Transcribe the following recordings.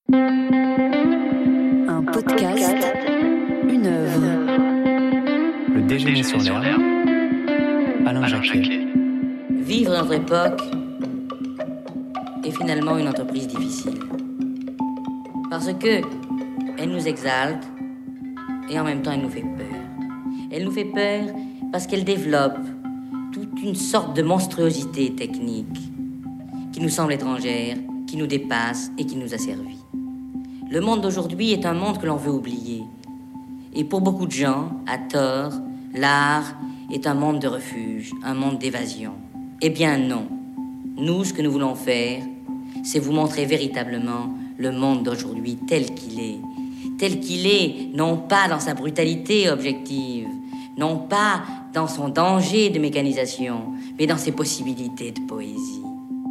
Un podcast, une œuvre. Le déjeuner sur l'herbe, Alain Jacquet. Vivre notre époque est finalement une entreprise difficile. Parce que elle nous exalte et en même temps elle nous fait peur. Elle nous fait peur parce qu'elle développe toute une sorte de monstruosité technique qui nous semble étrangère, qui nous dépasse et qui nous asservit. Le monde d'aujourd'hui est un monde que l'on veut oublier. Et pour beaucoup de gens, à tort, l'art est un monde de refuge, un monde d'évasion. Eh bien non. Nous, ce que nous voulons faire, c'est vous montrer véritablement le monde d'aujourd'hui tel qu'il est. Tel qu'il est, non pas dans sa brutalité objective, non pas dans son danger de mécanisation, mais dans ses possibilités de poésie.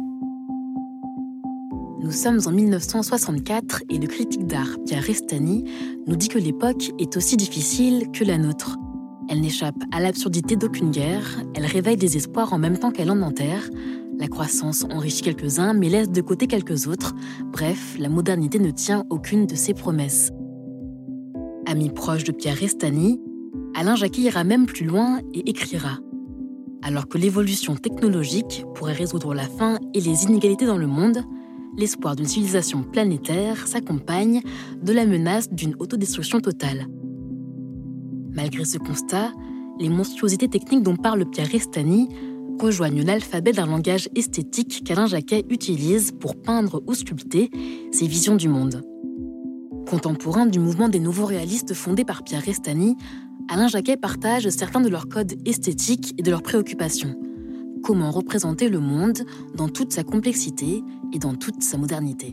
Nous sommes en 1964 et le critique d'art Pierre Restany nous dit que l'époque est aussi difficile que la nôtre. Elle n'échappe à l'absurdité d'aucune guerre, elle réveille des espoirs en même temps qu'elle en enterre. La croissance enrichit quelques-uns mais laisse de côté quelques autres. Bref, la modernité ne tient aucune de ses promesses. Ami proche de Pierre Restany, Alain Jacquet ira même plus loin et écrira « Alors que l'évolution technologique pourrait résoudre la faim et les inégalités dans le monde, l'espoir d'une civilisation planétaire s'accompagne de la menace d'une autodestruction totale. » Malgré ce constat, les monstruosités techniques dont parle Pierre Restany rejoignent l'alphabet d'un langage esthétique qu'Alain Jacquet utilise pour peindre ou sculpter ses visions du monde. Contemporain du mouvement des nouveaux réalistes fondé par Pierre Restany, Alain Jacquet partage certains de leurs codes esthétiques et de leurs préoccupations. Comment représenter le monde dans toute sa complexité et dans toute sa modernité.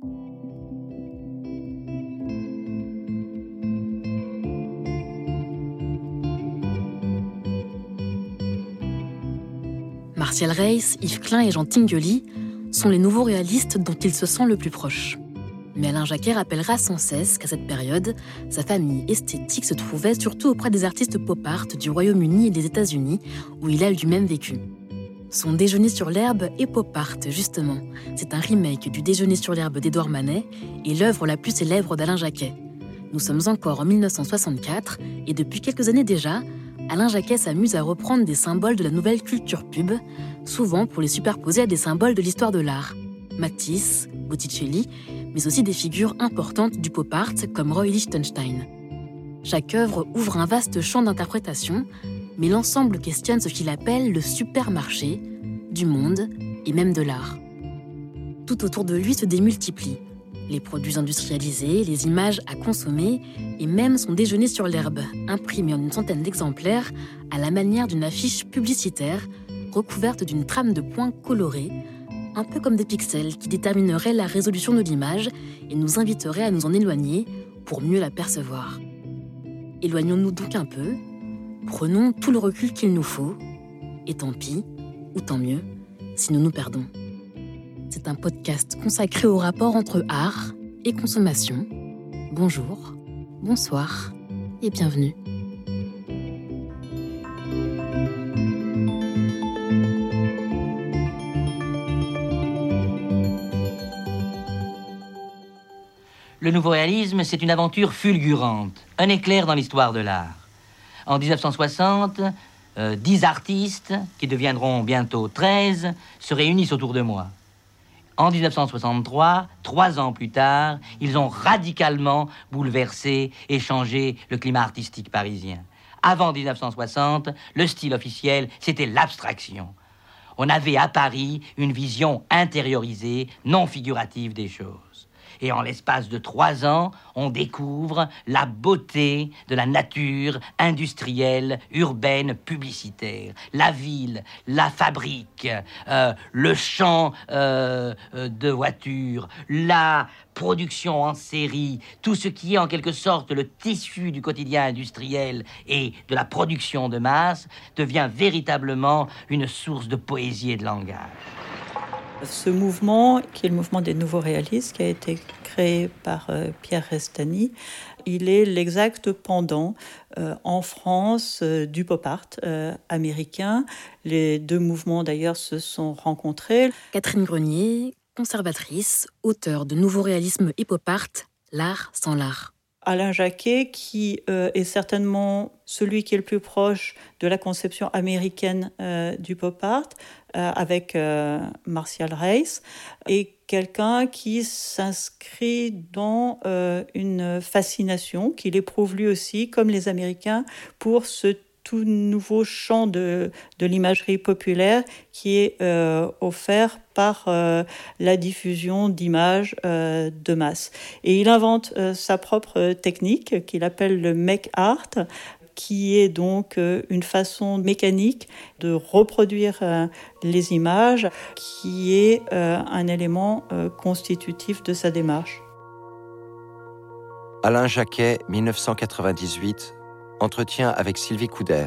Martial Reis, Yves Klein et Jean Tinguely sont les nouveaux réalistes dont il se sent le plus proche. Mais Alain Jacquet rappellera sans cesse qu'à cette période, sa famille esthétique se trouvait surtout auprès des artistes pop art du Royaume-Uni et des États-Unis, où il a lui-même vécu. Son Déjeuner sur l'herbe est pop art, justement. C'est un remake du Déjeuner sur l'herbe d'Édouard Manet et l'œuvre la plus célèbre d'Alain Jacquet. Nous sommes encore en 1964 et depuis quelques années déjà, Alain Jacquet s'amuse à reprendre des symboles de la nouvelle culture pub, souvent pour les superposer à des symboles de l'histoire de l'art. Matisse, Botticelli, mais aussi des figures importantes du pop art comme Roy Lichtenstein. Chaque œuvre ouvre un vaste champ d'interprétation, mais l'ensemble questionne ce qu'il appelle le supermarché du monde et même de l'art. Tout autour de lui se démultiplient les produits industrialisés, les images à consommer et même son Déjeuner sur l'herbe, imprimé en une centaine d'exemplaires à la manière d'une affiche publicitaire recouverte d'une trame de points colorés, un peu comme des pixels qui détermineraient la résolution de l'image et nous inviteraient à nous en éloigner pour mieux la percevoir. Éloignons-nous donc un peu, prenons tout le recul qu'il nous faut, et tant pis, ou tant mieux, si nous nous perdons. C'est un podcast consacré au rapport entre art et consommation. Bonjour, bonsoir et bienvenue. Le nouveau réalisme, c'est une aventure fulgurante, un éclair dans l'histoire de l'art. En 1960, 10 artistes, qui deviendront bientôt 13, se réunissent autour de moi. En 1963, 3 ans plus tard, ils ont radicalement bouleversé et changé le climat artistique parisien. Avant 1960, le style officiel, c'était l'abstraction. On avait à Paris une vision intériorisée, non figurative des choses. Et en l'espace de 3 ans, on découvre la beauté de la nature industrielle, urbaine, publicitaire. La ville, la fabrique, le champ de voitures, la production en série, tout ce qui est en quelque sorte le tissu du quotidien industriel et de la production de masse devient véritablement une source de poésie et de langage. Ce mouvement, qui est le mouvement des nouveaux réalistes, qui a été créé par Pierre Restany, il est l'exact pendant en France du pop art américain. Les deux mouvements d'ailleurs se sont rencontrés. Catherine Grenier, conservatrice, auteure de nouveau réalisme et pop art, L'art sans l'art. Alain Jacquet, qui est certainement celui qui est le plus proche de la conception américaine du pop art, avec Martial Reis, est quelqu'un qui s'inscrit dans une fascination qu'il éprouve lui aussi, comme les Américains, pour ce tout nouveau champ de l'imagerie populaire qui est offert par la diffusion d'images de masse. Et il invente sa propre technique qu'il appelle le make art, qui est donc une façon mécanique de reproduire les images, qui est un élément constitutif de sa démarche. Alain Jacquet, 1998, entretien avec Sylvie Couder.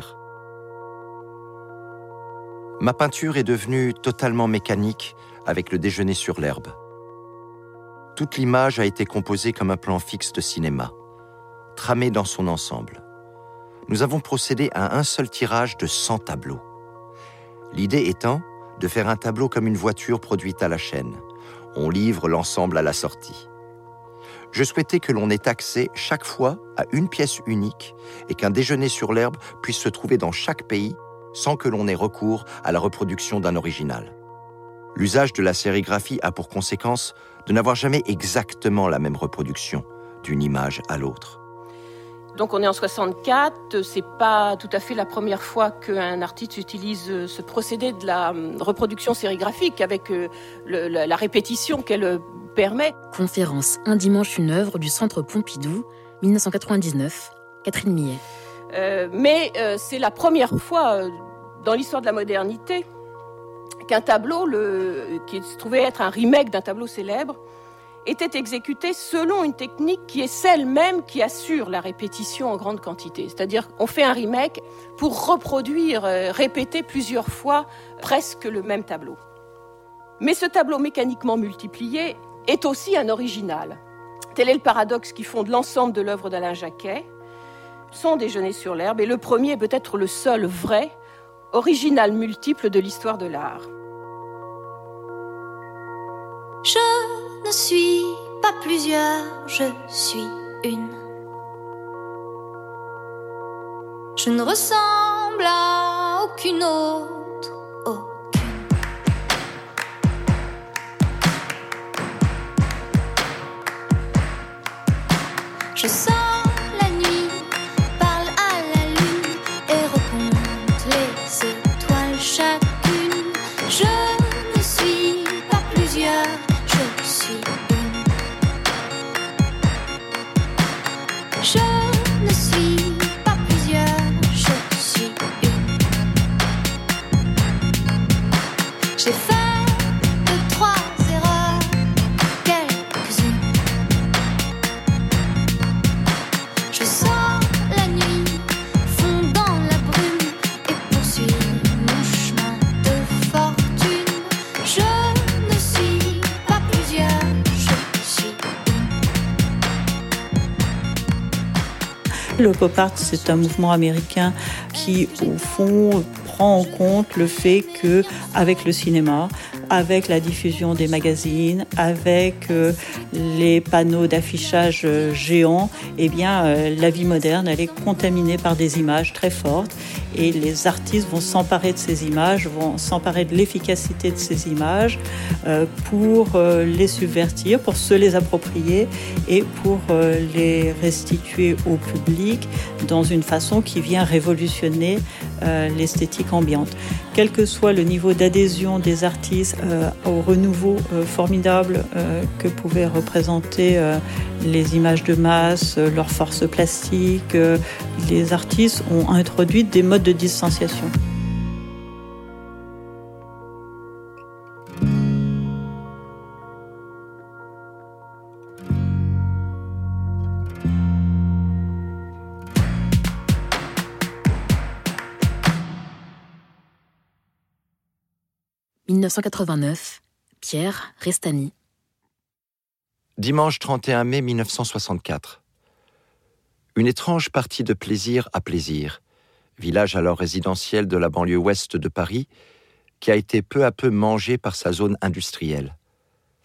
Ma peinture est devenue totalement mécanique avec le déjeuner sur l'herbe. Toute l'image a été composée comme un plan fixe de cinéma, tramée dans son ensemble. Nous avons procédé à un seul tirage de 100 tableaux. L'idée étant de faire un tableau comme une voiture produite à la chaîne. On livre l'ensemble à la sortie. Je souhaitais que l'on ait accès chaque fois à une pièce unique et qu'un déjeuner sur l'herbe puisse se trouver dans chaque pays sans que l'on ait recours à la reproduction d'un original. L'usage de la sérigraphie a pour conséquence de n'avoir jamais exactement la même reproduction d'une image à l'autre. Donc on est en 64, c'est pas tout à fait la première fois qu'un artiste utilise ce procédé de la reproduction sérigraphique avec la répétition qu'elle permet. Conférence Un dimanche, une œuvre du Centre Pompidou, 1999, Catherine Millet. Mais c'est la première fois dans l'histoire de la modernité qu'un tableau, qui se trouvait être un remake d'un tableau célèbre, était exécuté selon une technique qui est celle même qui assure la répétition en grande quantité. C'est-à-dire qu'on fait un remake pour reproduire, répéter plusieurs fois presque le même tableau. Mais ce tableau mécaniquement multiplié est aussi un original. Tel est le paradoxe qui fonde l'ensemble de l'œuvre d'Alain Jacquet, Son déjeuner sur l'herbe, et le premier est peut-être le seul vrai original multiple de l'histoire de l'art. Je ne suis pas plusieurs, je suis une. Je ne ressemble à aucune autre, aucune. Je sors la nuit, parle à la lune et recompte les étoiles chacune. Je ne suis pas plusieurs, je suis une. Je ne suis pas plusieurs, je suis une. J'ai fait 2-3 erreurs, quelques-unes. Je sors la nuit, fond dans la brume et poursuis mon chemin de fortune. Je ne suis pas plusieurs, je suis une. Le pop art, c'est un mouvement américain qui, au fond, prend en compte le fait que, avec le cinéma, avec la diffusion des magazines, avec les panneaux d'affichage géants, eh bien, la vie moderne, elle est contaminée par des images très fortes. Et les artistes vont s'emparer de ces images, vont s'emparer de l'efficacité de ces images pour les subvertir, pour se les approprier et pour les restituer au public dans une façon qui vient révolutionner l'esthétique ambiante. Quel que soit le niveau d'adhésion des artistes au renouveau formidable que pouvaient représenter les images de masse, leur force plastique, les artistes ont introduit des modes de distanciation. « 1989, Pierre Restany. Dimanche 31 mai 1964. Une étrange partie de plaisir à plaisir, village alors résidentiel de la banlieue ouest de Paris, qui a été peu à peu mangé par sa zone industrielle.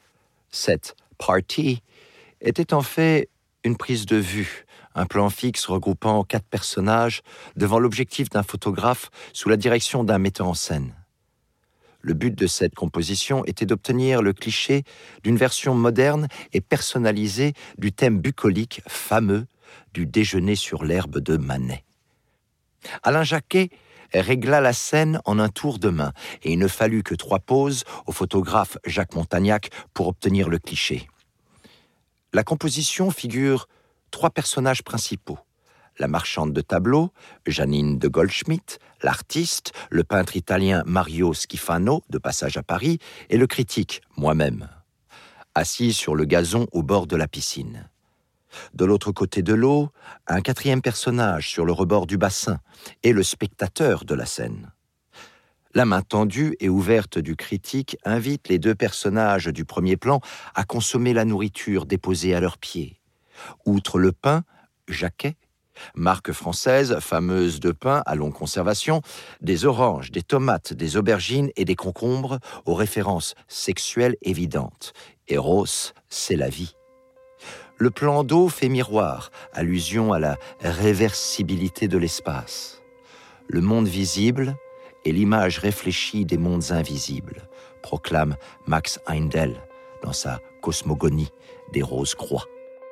Cette « party » était en fait une prise de vue, un plan fixe regroupant 4 personnages devant l'objectif d'un photographe sous la direction d'un metteur en scène. Le but de cette composition était d'obtenir le cliché d'une version moderne et personnalisée du thème bucolique fameux du déjeuner sur l'herbe de Manet. Alain Jacquet régla la scène en un tour de main et il ne fallut que 3 poses au photographe Jacques Montagnac pour obtenir le cliché. La composition figure 3 personnages principaux. La marchande de tableaux, Janine de Goldschmidt, l'artiste, le peintre italien Mario Schifano, de passage à Paris, et le critique, moi-même, assis sur le gazon au bord de la piscine. De l'autre côté de l'eau, un 4e personnage sur le rebord du bassin, et le spectateur de la scène. La main tendue et ouverte du critique invite les 2 personnages du premier plan à consommer la nourriture déposée à leurs pieds. Outre le pain, Jacquet, marque française, fameuse de pain à longue conservation, des oranges, des tomates, des aubergines et des concombres aux références sexuelles évidentes. Eros, c'est la vie. Le plan d'eau fait miroir, allusion à la réversibilité de l'espace. Le monde visible est l'image réfléchie des mondes invisibles, proclame Max Heindel dans sa cosmogonie des rose-croix.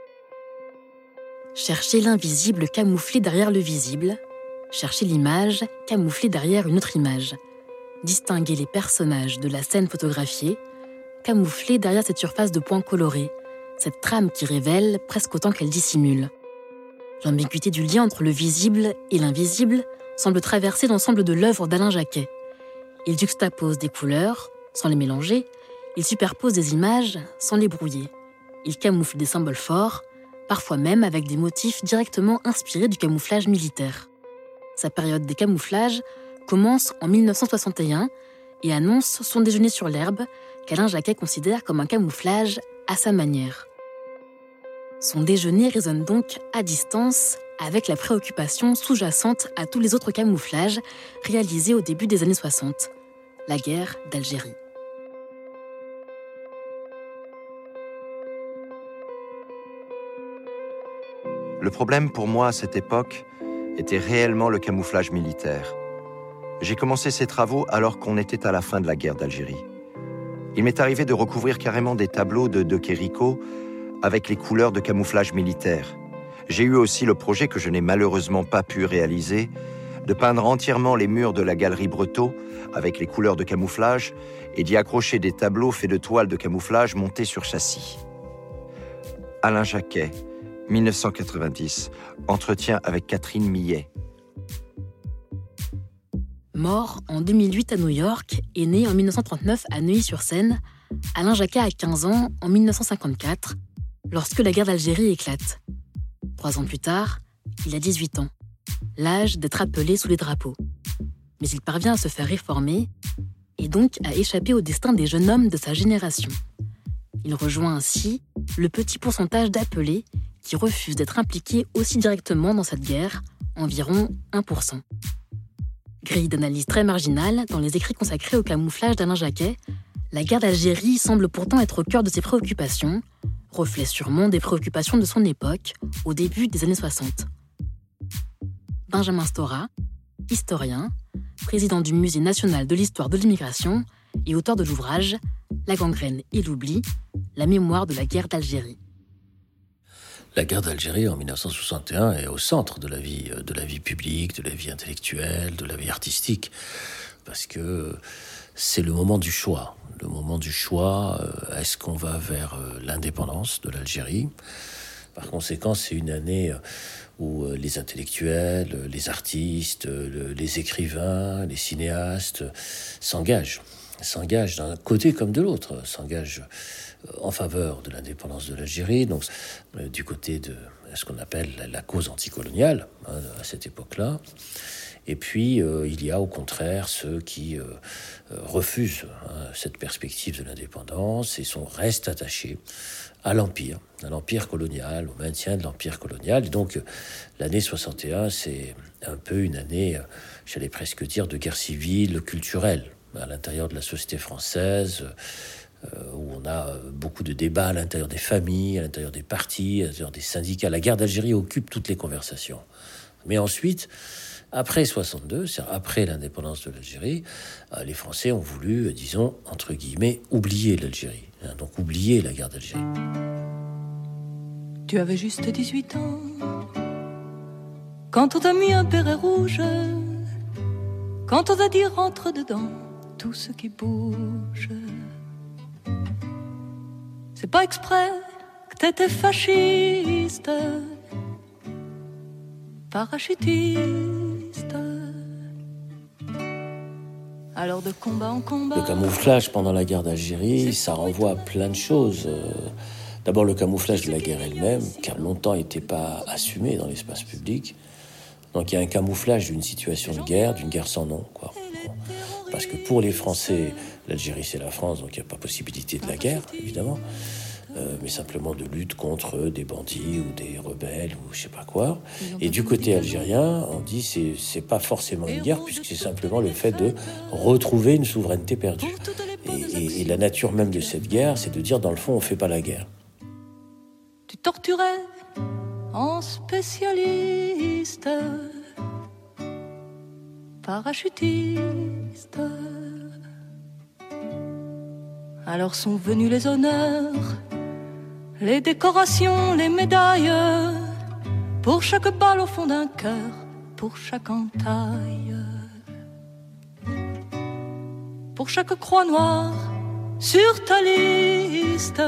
Chercher l'invisible camouflé derrière le visible, chercher l'image camouflée derrière une autre image, distinguer les personnages de la scène photographiée, camouflés derrière cette surface de points colorés, cette trame qui révèle presque autant qu'elle dissimule. L'ambiguïté du lien entre le visible et l'invisible semble traverser l'ensemble de l'œuvre d'Alain Jacquet. Il juxtapose des couleurs, sans les mélanger, il superpose des images, sans les brouiller. Il camoufle des symboles forts, parfois même avec des motifs directement inspirés du camouflage militaire. Sa période des camouflages commence en 1961 et annonce son déjeuner sur l'herbe qu'Alain Jacquet considère comme un camouflage à sa manière. Son déjeuner résonne donc à distance avec la préoccupation sous-jacente à tous les autres camouflages réalisés au début des années 60, la guerre d'Algérie. Le problème pour moi à cette époque était réellement le camouflage militaire. J'ai commencé ces travaux alors qu'on était à la fin de la guerre d'Algérie. Il m'est arrivé de recouvrir carrément des tableaux de Quérico avec les couleurs de camouflage militaire. J'ai eu aussi le projet que je n'ai malheureusement pas pu réaliser, de peindre entièrement les murs de la galerie Breteau avec les couleurs de camouflage et d'y accrocher des tableaux faits de toiles de camouflage montés sur châssis. Alain Jacquet, 1990, entretien avec Catherine Millet. Mort en 2008 à New York et né en 1939 à Neuilly-sur-Seine, Alain Jacquet a 15 ans en 1954, lorsque la guerre d'Algérie éclate. 3 ans plus tard, il a 18 ans, l'âge d'être appelé sous les drapeaux. Mais il parvient à se faire réformer et donc à échapper au destin des jeunes hommes de sa génération. Il rejoint ainsi le petit pourcentage d'appelés qui refusent d'être impliqués aussi directement dans cette guerre, environ 1%. Grille d'analyse très marginale dans les écrits consacrés au camouflage d'Alain Jacquet, la guerre d'Algérie semble pourtant être au cœur de ses préoccupations, reflet sûrement des préoccupations de son époque, au début des années 60. Benjamin Stora, historien, président du Musée national de l'histoire de l'immigration et auteur de l'ouvrage « La gangrène et l'oubli, la mémoire de la guerre d'Algérie ». La guerre d'Algérie en 1961 est au centre de la vie publique, de la vie intellectuelle, de la vie artistique, parce que c'est le moment du choix. Le moment du choix, est-ce qu'on va vers l'indépendance de l'Algérie ? Par conséquent, c'est une année où les intellectuels, les artistes, les écrivains, les cinéastes s'engagent d'un côté comme de l'autre, s'engagent en faveur de l'indépendance de l'Algérie, donc du côté de ce qu'on appelle la cause anticoloniale à cette époque-là. Et puis, il y a au contraire ceux qui refusent cette perspective de l'indépendance et restent attachés à l'empire colonial, au maintien de l'empire colonial. Et donc, l'année 61, c'est un peu une année, j'allais presque dire, de guerre civile culturelle à l'intérieur de la société française, où on a beaucoup de débats à l'intérieur des familles, à l'intérieur des partis, à l'intérieur des syndicats. La guerre d'Algérie occupe toutes les conversations. Mais ensuite, après 62, c'est-à-dire après l'indépendance de l'Algérie, les Français ont voulu, disons, entre guillemets, oublier l'Algérie. Donc oublier la guerre d'Algérie. Tu avais juste 18 ans quand on t'a mis un béret rouge, quand on t'a dit rentre dedans tout ce qui bouge. C'est pas exprès que t'étais fasciste, parachutiste. Alors de combat en combat. Le camouflage pendant la guerre d'Algérie, ça renvoie à plein de choses. D'abord le camouflage de la guerre elle-même, qui a longtemps n'était pas assumé dans l'espace public. Donc il y a un camouflage d'une situation de guerre, d'une guerre sans nom, quoi. Bon. Parce que pour les Français, l'Algérie c'est la France, donc il n'y a pas possibilité de la guerre, évidemment. Mais simplement de lutte contre des bandits ou des rebelles ou je sais pas quoi. Et du côté algérien, on dit c'est pas forcément une guerre puisque c'est simplement le fait de retrouver une souveraineté perdue. Et la nature même de cette guerre, c'est de dire dans le fond on fait pas la guerre. Tu torturais en spécialiste, parachutiste. Alors sont venus les honneurs, les décorations, les médailles, pour chaque balle au fond d'un cœur, pour chaque entaille, pour chaque croix noire sur ta liste,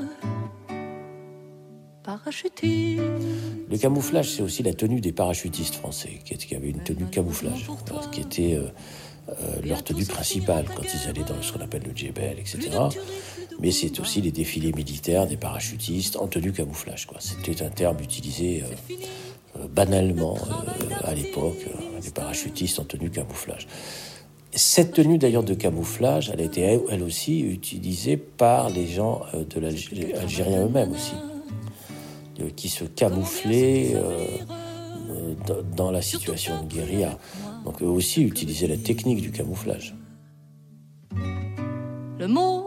parachutiste. Le camouflage, c'est aussi la tenue des parachutistes français, qui avaient une tenue de camouflage, qui était leur tenue principale quand ils allaient dans ce qu'on appelle le Djebel, etc. Mais c'est aussi les défilés militaires des parachutistes en tenue camouflage, quoi. C'était un terme utilisé banalement à l'époque, les parachutistes en tenue camouflage. Cette tenue d'ailleurs de camouflage, elle a été elle aussi utilisée par les gens de l'Algérien eux-mêmes aussi, qui se camouflaient dans la situation de guérilla. Donc eux aussi utilisaient la technique du camouflage. Le mot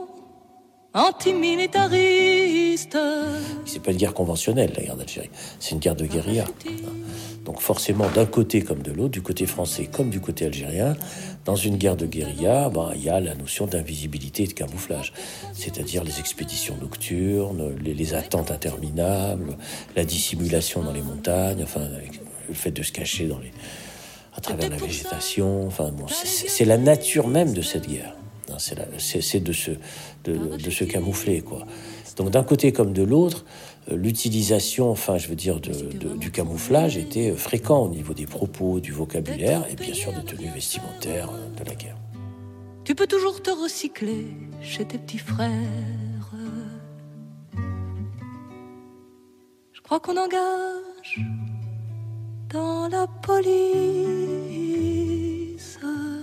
antimilitariste. C'est pas une guerre conventionnelle, la guerre d'Algérie. C'est une guerre de guérilla. Donc forcément, d'un côté comme de l'autre, du côté français comme du côté algérien, dans une guerre de guérilla, il y a la notion d'invisibilité et de camouflage. C'est-à-dire les expéditions nocturnes, les attentes interminables, la dissimulation dans les montagnes, enfin, le fait de se cacher à travers la végétation. Enfin, bon, c'est la nature même de cette guerre. C'est de se camoufler, quoi. Donc d'un côté comme de l'autre, l'utilisation, du camouflage était fréquent au niveau des propos, du vocabulaire et bien sûr des tenues vestimentaires de la guerre. Tu peux toujours te recycler chez tes petits frères. Je crois qu'on engage dans la police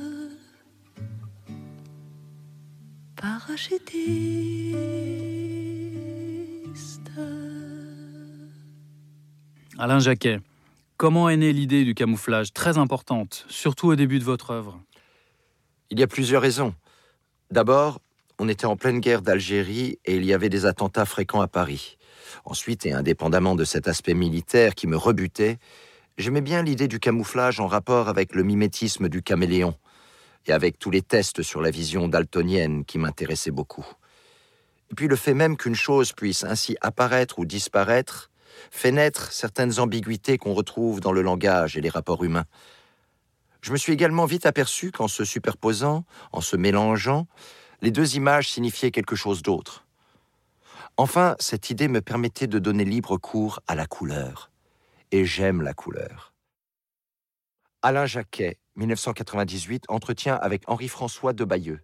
parachutiste. Alain Jacquet, comment est née l'idée du camouflage, très importante, surtout au début de votre œuvre? Il y a plusieurs raisons. D'abord, on était en pleine guerre d'Algérie et il y avait des attentats fréquents à Paris. Ensuite, et indépendamment de cet aspect militaire qui me rebutait, j'aimais bien l'idée du camouflage en rapport avec le mimétisme du caméléon et avec tous les tests sur la vision daltonienne qui m'intéressaient beaucoup. Et puis le fait même qu'une chose puisse ainsi apparaître ou disparaître fait naître certaines ambiguïtés qu'on retrouve dans le langage et les rapports humains. Je me suis également vite aperçu qu'en se superposant, en se mélangeant, les deux images signifiaient quelque chose d'autre. Enfin, cette idée me permettait de donner libre cours à la couleur. Et j'aime la couleur. Alain Jacquet, 1998, entretien avec Henri-François de Bayeux.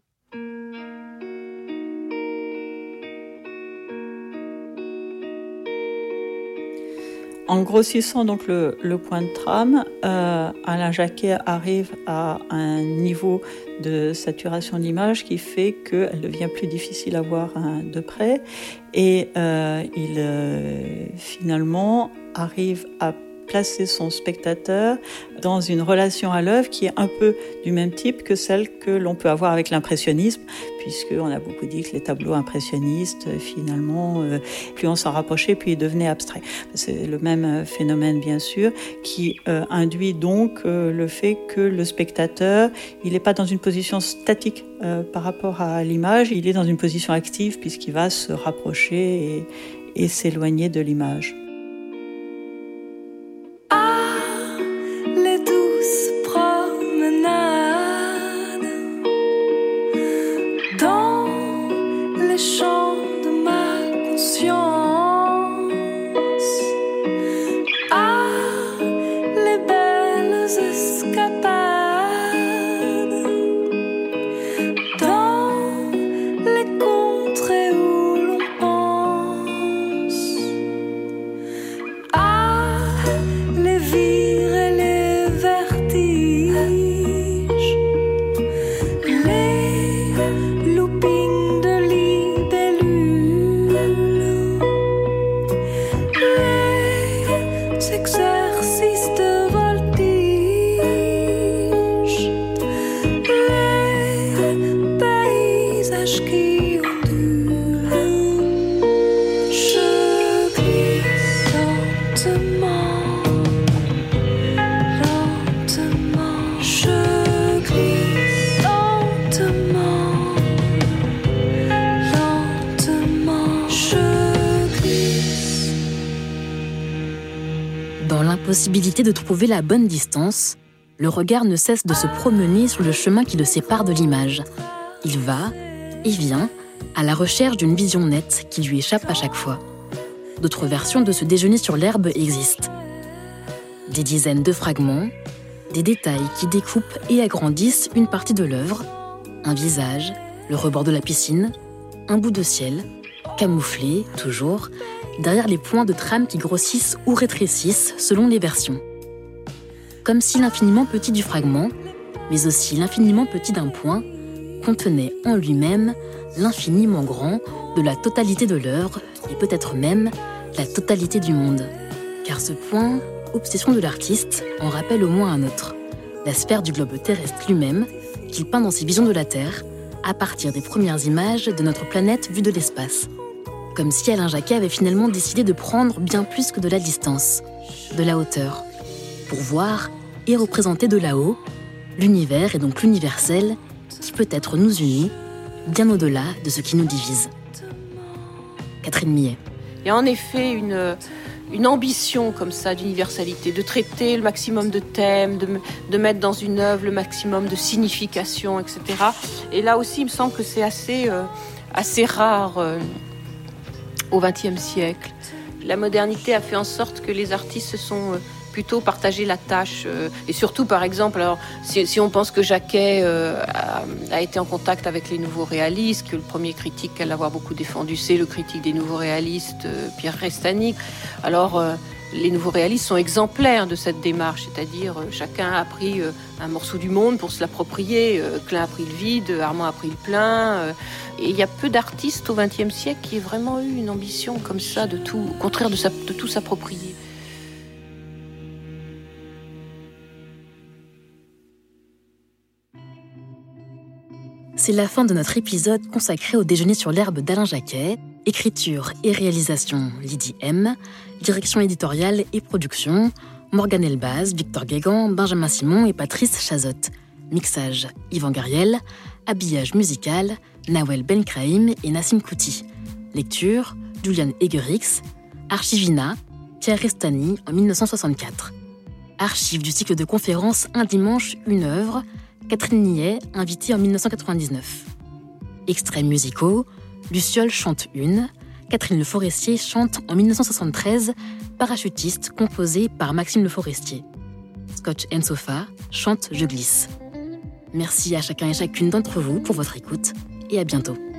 En grossissant donc le point de trame, Alain Jacquet arrive à un niveau de saturation d'image qui fait qu'elle devient plus difficile à voir de près et il finalement arrive à placer son spectateur dans une relation à l'œuvre qui est un peu du même type que celle que l'on peut avoir avec l'impressionnisme, puisqu'on a beaucoup dit que les tableaux impressionnistes, finalement, plus on s'en rapprochait, plus ils devenaient abstraits. C'est le même phénomène, bien sûr, qui induit donc le fait que le spectateur, il n'est pas dans une position statique par rapport à l'image, il est dans une position active puisqu'il va se rapprocher et s'éloigner de l'image. Possibilité de trouver la bonne distance, le regard ne cesse de se promener sur le chemin qui le sépare de l'image. Il va et vient à la recherche d'une vision nette qui lui échappe à chaque fois. D'autres versions de ce déjeuner sur l'herbe existent. Des dizaines de fragments, des détails qui découpent et agrandissent une partie de l'œuvre, un visage, le rebord de la piscine, un bout de ciel, camouflé, toujours, derrière les points de trame qui grossissent ou rétrécissent selon les versions. Comme si l'infiniment petit du fragment, mais aussi l'infiniment petit d'un point, contenait en lui-même l'infiniment grand de la totalité de l'œuvre et peut-être même la totalité du monde. Car ce point, obsession de l'artiste, en rappelle au moins un autre, la sphère du globe terrestre lui-même, qu'il peint dans ses visions de la Terre, à partir des premières images de notre planète vue de l'espace. Comme si Alain Jacquet avait finalement décidé de prendre bien plus que de la distance, de la hauteur, pour voir et représenter de là-haut l'univers et donc l'universel qui peut-être nous unit bien au-delà de ce qui nous divise. Catherine Millet. Il y a en effet une ambition comme ça d'universalité, de traiter le maximum de thèmes, de mettre dans une œuvre le maximum de signification, etc. Et là aussi, il me semble que c'est assez rare au XXe siècle. La modernité a fait en sorte que les artistes se sont plutôt partagé la tâche. Et surtout, par exemple, alors, si on pense que Jacquet a été en contact avec les nouveaux réalistes, que le premier critique à l'avoir beaucoup défendu, c'est le critique des nouveaux réalistes, Pierre Restany. Alors, les nouveaux réalistes sont exemplaires de cette démarche, c'est-à-dire chacun a pris un morceau du monde pour se l'approprier. Klein a pris le vide, Armand a pris le plein. Et il y a peu d'artistes au XXe siècle qui aient vraiment eu une ambition comme ça, de tout, au contraire de tout s'approprier. C'est la fin de notre épisode consacré au déjeuner sur l'herbe d'Alain Jacquet. Écriture et réalisation, Lydie M. Direction éditoriale et production, Morgane Elbaz, Victor Guégan, Benjamin Simon et Patrice Chazotte. Mixage, Yvan Gariel. Habillage musical, Nawel Benkraïm et Nassim Kouti. Lecture, Julian Egerix. Archivina, Pierre Restany en 1964. Archive du cycle de conférences Un dimanche, une œuvre, Catherine Millet, invitée en 1999. Extraits musicaux, Luciole chante une, Catherine Le Forestier chante en 1973, Parachutiste, composé par Maxime Le Forestier. Scotch & Sofa chante Je glisse. Merci à chacun et chacune d'entre vous pour votre écoute et à bientôt.